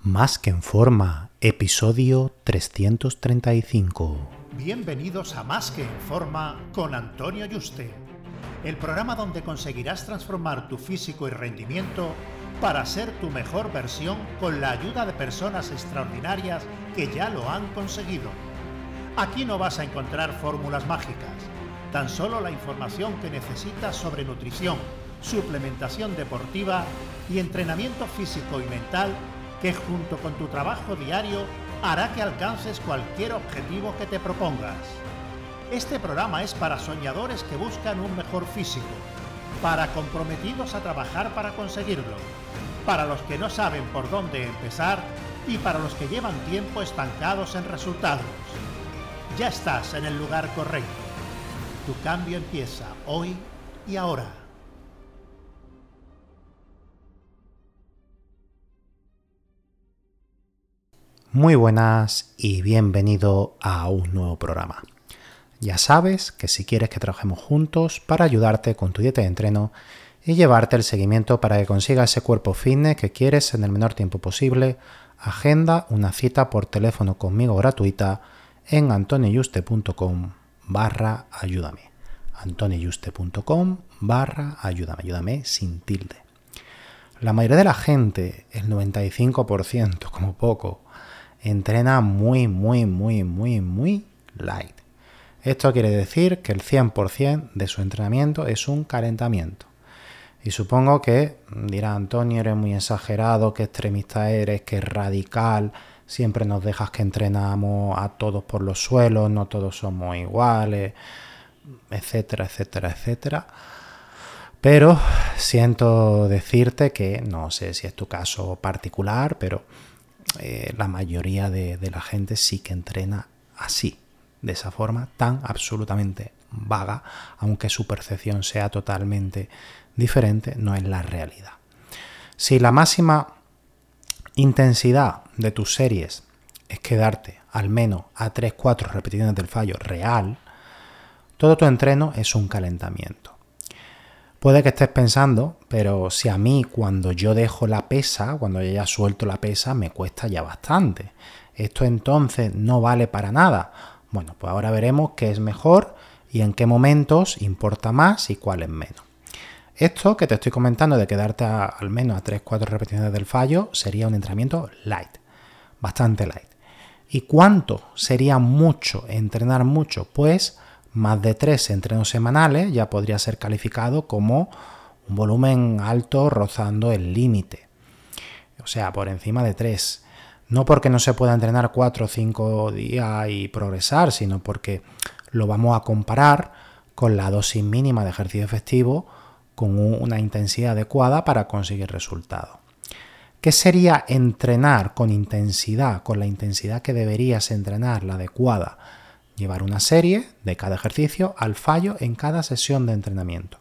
Más que en forma, episodio 335. Bienvenidos a Más que en forma con Antonio Yuste, el programa donde conseguirás transformar tu físico y rendimiento para ser tu mejor versión con la ayuda de personas extraordinarias que ya lo han conseguido. Aquí no vas a encontrar fórmulas mágicas, tan solo la información que necesitas sobre nutrición, suplementación deportiva y entrenamiento físico y mental que junto con tu trabajo diario hará que alcances cualquier objetivo que te propongas. Este programa es para soñadores que buscan un mejor físico, para comprometidos a trabajar para conseguirlo, para los que no saben por dónde empezar y para los que llevan tiempo estancados en resultados. Ya estás en el lugar correcto. Tu cambio empieza hoy y ahora. Muy buenas y bienvenido a un nuevo programa. Ya sabes que si quieres que trabajemos juntos para ayudarte con tu dieta de entreno y llevarte el seguimiento para que consigas ese cuerpo fitness que quieres en el menor tiempo posible, agenda una cita por teléfono conmigo gratuita en antoniayuste.com/ayúdame. antoniayuste.com/ayúdame. Ayúdame sin tilde. La mayoría de la gente, el 95% como poco, entrena muy light. Esto quiere decir que el 100% de su entrenamiento es un calentamiento. Y supongo que dirá Antonio, eres muy exagerado, qué extremista eres, qué radical, siempre nos dejas que entrenamos a todos por los suelos, no todos somos iguales, etcétera. Pero siento decirte que no sé si es tu caso particular, pero la mayoría de la gente sí que entrena así, de esa forma tan absolutamente vaga, aunque su percepción sea totalmente diferente, no es la realidad. Si la máxima intensidad de tus series es quedarte al menos a 3-4 repeticiones del fallo real, todo tu entreno es un calentamiento. Puede que estés pensando, pero si a mí cuando yo dejo la pesa, cuando yo ya suelto la pesa, me cuesta ya bastante. ¿Esto entonces no vale para nada? Bueno, pues ahora veremos qué es mejor y en qué momentos importa más y cuál es menos. Esto que te estoy comentando de quedarte al menos a 3-4 repeticiones del fallo sería un entrenamiento light, bastante light. ¿Y cuánto sería mucho, entrenar mucho? Pues más de 3 entrenos semanales ya podría ser calificado como un volumen alto rozando el límite. O sea, por encima de 3. No porque no se pueda entrenar 4 o 5 días y progresar, sino porque lo vamos a comparar con la dosis mínima de ejercicio efectivo con una intensidad adecuada para conseguir resultados. ¿Qué sería entrenar con intensidad, con la intensidad que deberías entrenar, la adecuada? Llevar una serie de cada ejercicio al fallo en cada sesión de entrenamiento.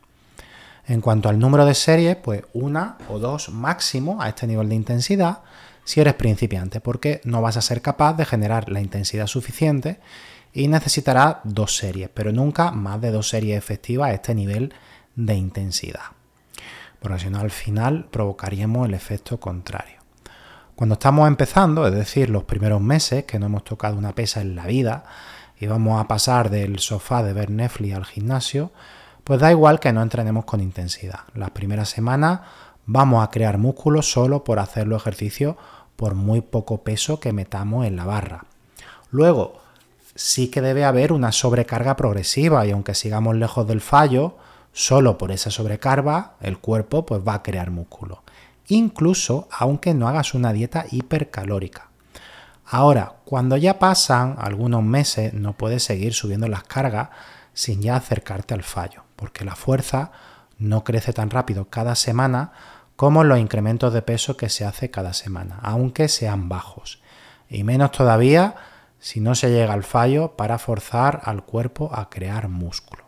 En cuanto al número de series, pues 1 o 2 máximo a este nivel de intensidad si eres principiante, porque no vas a ser capaz de generar la intensidad suficiente y necesitarás 2 series, pero nunca más de 2 series efectivas a este nivel de intensidad, porque si no al final provocaríamos el efecto contrario. Cuando estamos empezando, es decir, los primeros meses que no hemos tocado una pesa en la vida, y vamos a pasar del sofá de ver Netflix al gimnasio, pues da igual que no entrenemos con intensidad. Las primeras semanas vamos a crear músculo solo por hacer los ejercicios por muy poco peso que metamos en la barra. Luego, sí que debe haber una sobrecarga progresiva y aunque sigamos lejos del fallo, solo por esa sobrecarga el cuerpo pues va a crear músculo. Incluso aunque no hagas una dieta hipercalórica. Ahora, cuando ya pasan algunos meses, no puedes seguir subiendo las cargas sin ya acercarte al fallo, porque la fuerza no crece tan rápido cada semana como los incrementos de peso que se hace cada semana, aunque sean bajos. Y menos todavía si no se llega al fallo para forzar al cuerpo a crear músculo.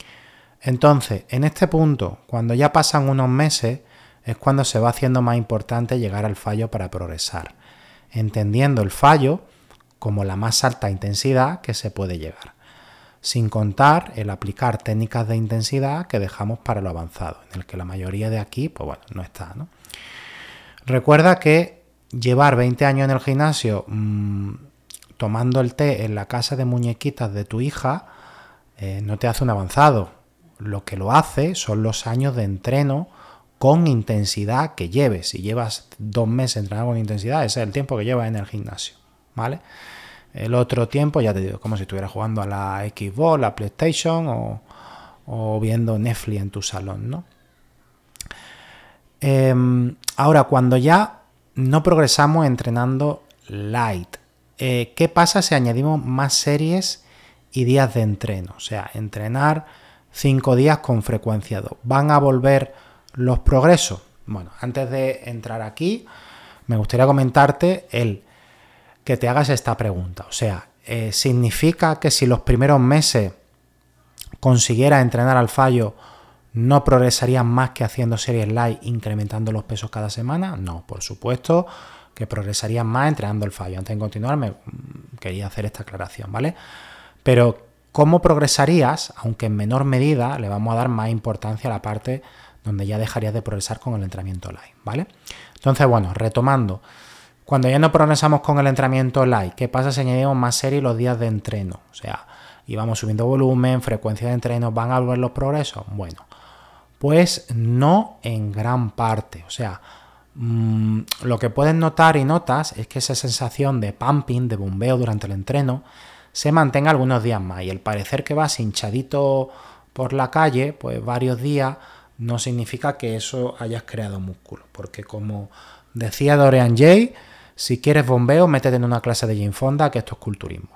Entonces, en este punto, cuando ya pasan unos meses, es cuando se va haciendo más importante llegar al fallo para progresar, entendiendo el fallo como la más alta intensidad que se puede llegar, sin contar el aplicar técnicas de intensidad que dejamos para lo avanzado, en el que la mayoría de aquí, pues bueno, no está, ¿no? Recuerda que llevar 20 años en el gimnasio tomando el té en la casa de muñequitas de tu hija no te hace un avanzado. Lo que lo hace son los años de entreno con intensidad que lleves. Si llevas 2 meses entrenando con intensidad, ese es el tiempo que llevas en el gimnasio, ¿vale? El otro tiempo, ya te digo, como si estuvieras jugando a la Xbox, la PlayStation o viendo Netflix en tu salón, ¿no? Ahora, cuando ya no progresamos entrenando light, ¿qué pasa si añadimos más series y días de entreno? O sea, entrenar 5 días con frecuencia 2. ¿Van a volver los progresos? Bueno, antes de entrar aquí, me gustaría comentarte que te hagas esta pregunta. O sea, ¿significa que si los primeros meses consiguieras entrenar al fallo, no progresarías más que haciendo series light, incrementando los pesos cada semana? No, por supuesto que progresarías más entrenando el fallo. Antes de continuar, quería hacer esta aclaración, ¿vale? Pero, ¿cómo progresarías? Aunque en menor medida, le vamos a dar más importancia a la parte donde ya dejarías de progresar con el entrenamiento light, ¿vale? Entonces, bueno, retomando, cuando ya no progresamos con el entrenamiento light, ¿qué pasa si añadimos más series los días de entreno? O sea, y vamos subiendo volumen, frecuencia de entreno, ¿van a volver los progresos? Bueno, pues no en gran parte. O sea, lo que puedes notar y notas es que esa sensación de pumping, de bombeo durante el entreno, se mantenga algunos días más. Y el parecer que vas hinchadito por la calle, pues varios días, no significa que eso hayas creado músculo. Porque como decía Dorian Jay, si quieres bombeo, métete en una clase de Jane Fonda, que esto es culturismo.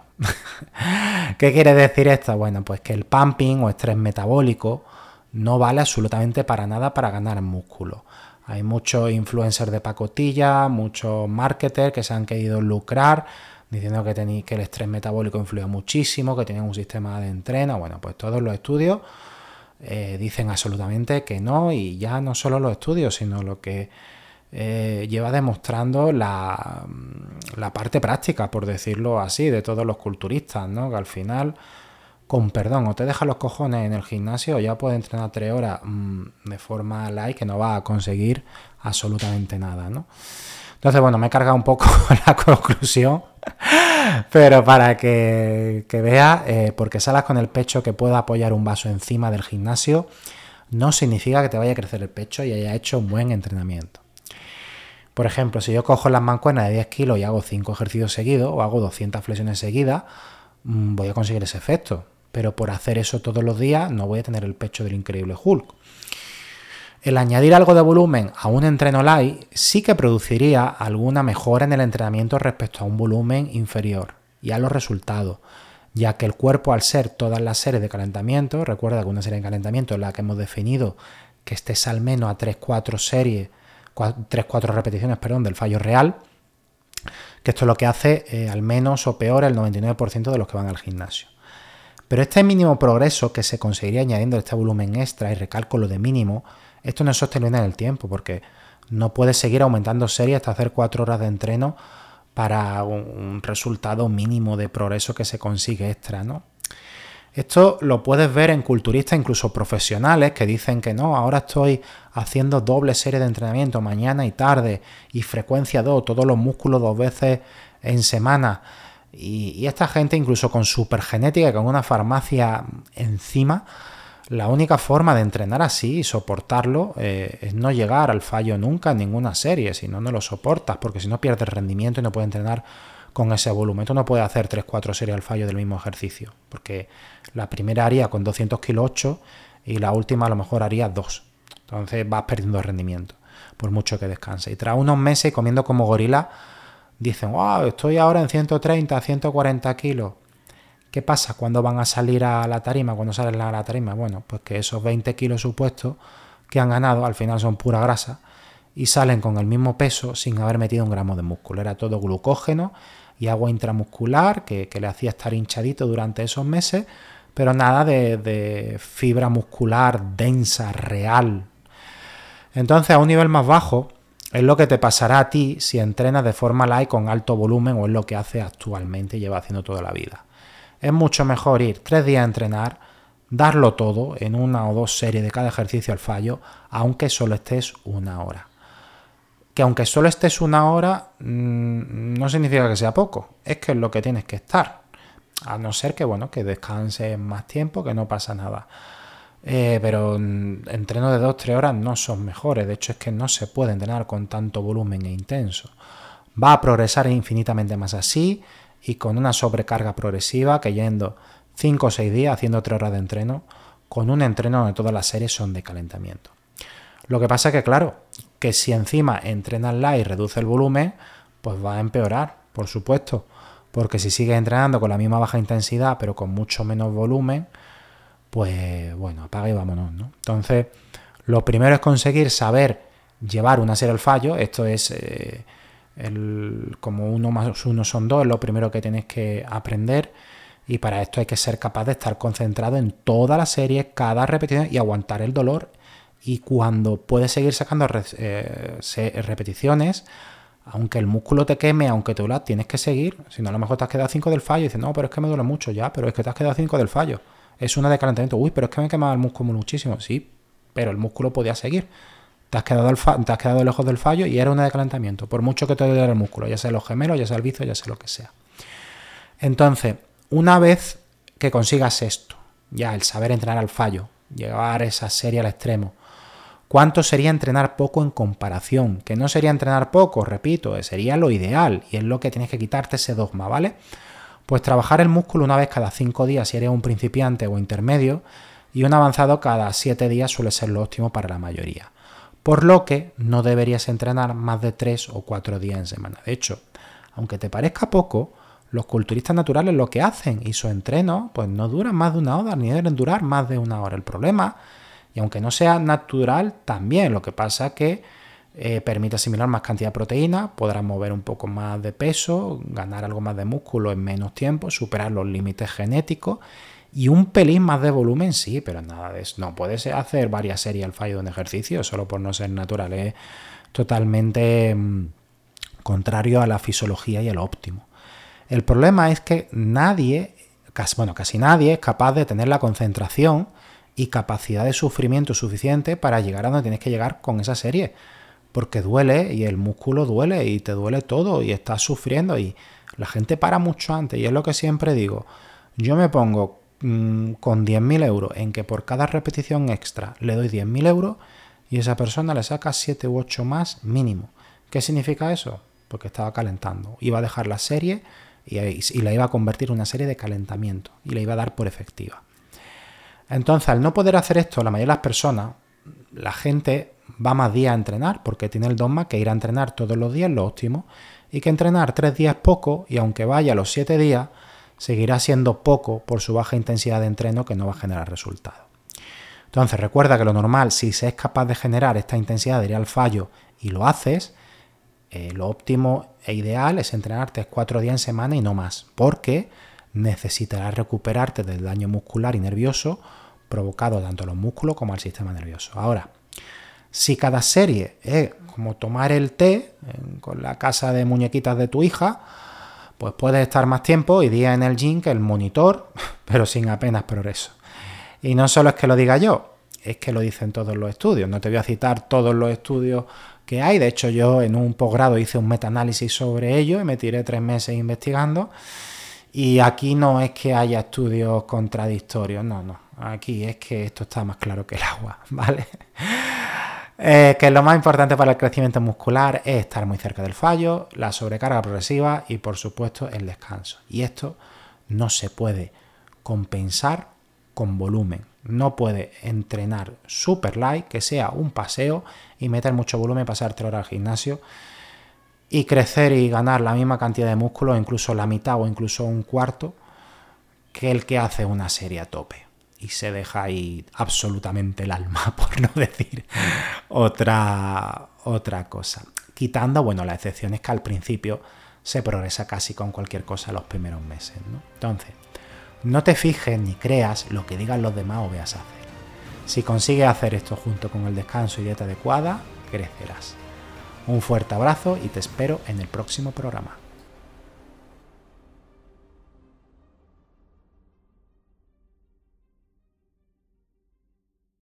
¿Qué quiere decir esto? Bueno, pues que el pumping o estrés metabólico no vale absolutamente para nada para ganar músculo. Hay muchos influencers de pacotilla, muchos marketers que se han querido lucrar diciendo que el estrés metabólico influye muchísimo, que tienen un sistema de entreno. Bueno, pues todos los estudios dicen absolutamente que no, y ya no solo los estudios, sino lo que lleva demostrando la parte práctica, por decirlo así, de todos los culturistas, ¿no? Que al final, con perdón, o te dejas los cojones en el gimnasio o ya puedes entrenar 3 horas de forma light, que no vas a conseguir absolutamente nada, ¿no? Entonces, bueno, me he cargado un poco la conclusión, pero para que veas, porque salas con el pecho que pueda apoyar un vaso encima del gimnasio, no significa que te vaya a crecer el pecho y haya hecho un buen entrenamiento. Por ejemplo, si yo cojo las mancuernas de 10 kilos y hago 5 ejercicios seguidos o hago 200 flexiones seguidas, voy a conseguir ese efecto. Pero por hacer eso todos los días no voy a tener el pecho del increíble Hulk. El añadir algo de volumen a un entreno light sí que produciría alguna mejora en el entrenamiento respecto a un volumen inferior y a los resultados, ya que el cuerpo, al ser todas las series de calentamiento, recuerda que una serie de calentamiento es la que hemos definido que estés al menos a 3-4 repeticiones del fallo real, que esto es lo que hace al menos o peor el 99% de los que van al gimnasio. Pero este mínimo progreso que se conseguiría añadiendo este volumen extra, y recalco lo de mínimo, esto no es sostenible en el tiempo, porque no puedes seguir aumentando series hasta hacer 4 horas de entreno para un resultado mínimo de progreso que se consigue extra, ¿no? Esto lo puedes ver en culturistas incluso profesionales que dicen que no, ahora estoy haciendo doble serie de entrenamiento mañana y tarde y frecuencia 2, todos los músculos 2 veces en semana. Y esta gente, incluso con supergenética, con una farmacia encima, la única forma de entrenar así y soportarlo es no llegar al fallo nunca en ninguna serie, si no, no lo soportas, porque si no pierdes rendimiento y no puedes entrenar con ese volumen. Tú no puedes hacer 3-4 series al fallo del mismo ejercicio, porque la primera haría con 200 kg 8 y la última a lo mejor haría 2. Entonces vas perdiendo rendimiento, por mucho que descanse. Y tras unos meses comiendo como gorila, dicen, wow, estoy ahora en 130, 140 kilos. ¿Qué pasa cuando van a salir a la tarima, cuando salen a la tarima? Bueno, pues que esos 20 kilos supuestos que han ganado al final son pura grasa y salen con el mismo peso sin haber metido 1 gramo de músculo. Era todo glucógeno y agua intramuscular que le hacía estar hinchadito durante esos meses, pero nada de fibra muscular densa, real. Entonces, a un nivel más bajo, es lo que te pasará a ti si entrenas de forma light con alto volumen, o es lo que haces actualmente y llevas haciendo toda la vida. Es mucho mejor ir 3 días a entrenar, darlo todo en 1 o 2 series de cada ejercicio al fallo, aunque solo estés 1 hora. que aunque solo estés 1 hora, no significa que sea poco, es que es lo que tienes que estar, a no ser que, bueno, que descanses más tiempo, que no pasa nada. Pero entrenos de 2-3 horas no son mejores, de hecho es que no se puede entrenar con tanto volumen e intenso. Va a progresar infinitamente más así y con una sobrecarga progresiva que yendo 5 o 6 días haciendo 3 horas de entreno, con un entreno donde todas las series son de calentamiento. Lo que pasa es que, claro, que si encima entrenas light y reduce el volumen, pues va a empeorar, por supuesto, porque si sigues entrenando con la misma baja intensidad pero con mucho menos volumen, pues bueno, apaga y vámonos, ¿no? Entonces, lo primero es conseguir saber llevar una serie al fallo. Esto es como 1 más 1 son 2, es lo primero que tienes que aprender, y para esto hay que ser capaz de estar concentrado en toda la serie, cada repetición, y aguantar el dolor. Y cuando puedes seguir sacando repeticiones, aunque el músculo te queme, aunque te duela, tienes que seguir. Si no, a lo mejor te has quedado 5 del fallo y dices, no, pero es que me duele mucho. Ya, pero es que te has quedado 5 del fallo. Es una de calentamiento. Uy, pero es que me he quemado el músculo muchísimo. Sí, pero el músculo podía seguir. Te has quedado lejos del fallo y era una de calentamiento. Por mucho que te duele el músculo, ya sea los gemelos, ya sea el bíceps, ya sea lo que sea. Entonces, una vez que consigas esto, ya el saber entrenar al fallo, llevar esa serie al extremo, ¿cuánto sería entrenar poco en comparación? Que no sería entrenar poco, repito, sería lo ideal y es lo que tienes que quitarte ese dogma, ¿vale? Pues trabajar el músculo una vez cada 5 días si eres un principiante o intermedio, y un avanzado cada 7 días suele ser lo óptimo para la mayoría. Por lo que no deberías entrenar más de 3 o 4 días en semana. De hecho, aunque te parezca poco, los culturistas naturales lo que hacen y sus entrenos pues no duran más de 1 hora, ni deben durar más de 1 hora. El problema, y aunque no sea natural, también lo que pasa es que permite asimilar más cantidad de proteína, podrás mover un poco más de peso, ganar algo más de músculo en menos tiempo, superar los límites genéticos y un pelín más de volumen, sí, pero nada de eso. No puedes hacer varias series al fallo de un ejercicio solo por no ser natural. Es totalmente contrario a la fisiología y a lo óptimo. El problema es que casi nadie es capaz de tener la concentración y capacidad de sufrimiento suficiente para llegar a donde tienes que llegar con esa serie. Porque duele y el músculo duele y te duele todo y estás sufriendo y la gente para mucho antes. Y es lo que siempre digo. Yo me pongo con 10.000 euros en que por cada repetición extra le doy 10.000 euros y esa persona le saca 7 u 8 más mínimo. ¿Qué significa eso? Porque estaba calentando. Iba a dejar la serie y la iba a convertir en una serie de calentamiento y la iba a dar por efectiva. Entonces, al no poder hacer esto, la mayoría de las personas, la gente va más días a entrenar porque tiene el dogma que ir a entrenar todos los días es lo óptimo y que entrenar 3 días es poco y aunque vaya los 7 días, seguirá siendo poco por su baja intensidad de entreno que no va a generar resultados. Entonces, recuerda que lo normal, si se es capaz de generar esta intensidad de ir al fallo y lo haces, lo óptimo e ideal es entrenar 3-4 días en semana y no más, porque necesitarás recuperarte del daño muscular y nervioso provocado tanto a los músculos como al sistema nervioso. Ahora, si cada serie es como tomar el té con la casa de muñequitas de tu hija, pues puedes estar más tiempo y días en el gym que el monitor, pero sin apenas progreso. Y no solo es que lo diga yo, es que lo dicen todos los estudios. No te voy a citar todos los estudios que hay. De hecho, yo en un posgrado hice un metaanálisis sobre ello y me tiré 3 meses investigando. Y aquí no es que haya estudios contradictorios, no. Aquí es que esto está más claro que el agua, ¿vale? Que lo más importante para el crecimiento muscular es estar muy cerca del fallo, la sobrecarga progresiva y, por supuesto, el descanso. Y esto no se puede compensar con volumen. No puede entrenar super light, que sea un paseo y meter mucho volumen, pasar 3 horas al gimnasio y crecer y ganar la misma cantidad de músculo, incluso la mitad o incluso un cuarto, que el que hace una serie a tope. Y se deja ahí absolutamente el alma, por no decir otra cosa. Quitando, bueno, la excepción es que al principio se progresa casi con cualquier cosa en los primeros meses, ¿no? Entonces, no te fijes ni creas lo que digan los demás o veas hacer. Si consigues hacer esto junto con el descanso y dieta adecuada, crecerás. Un fuerte abrazo y te espero en el próximo programa.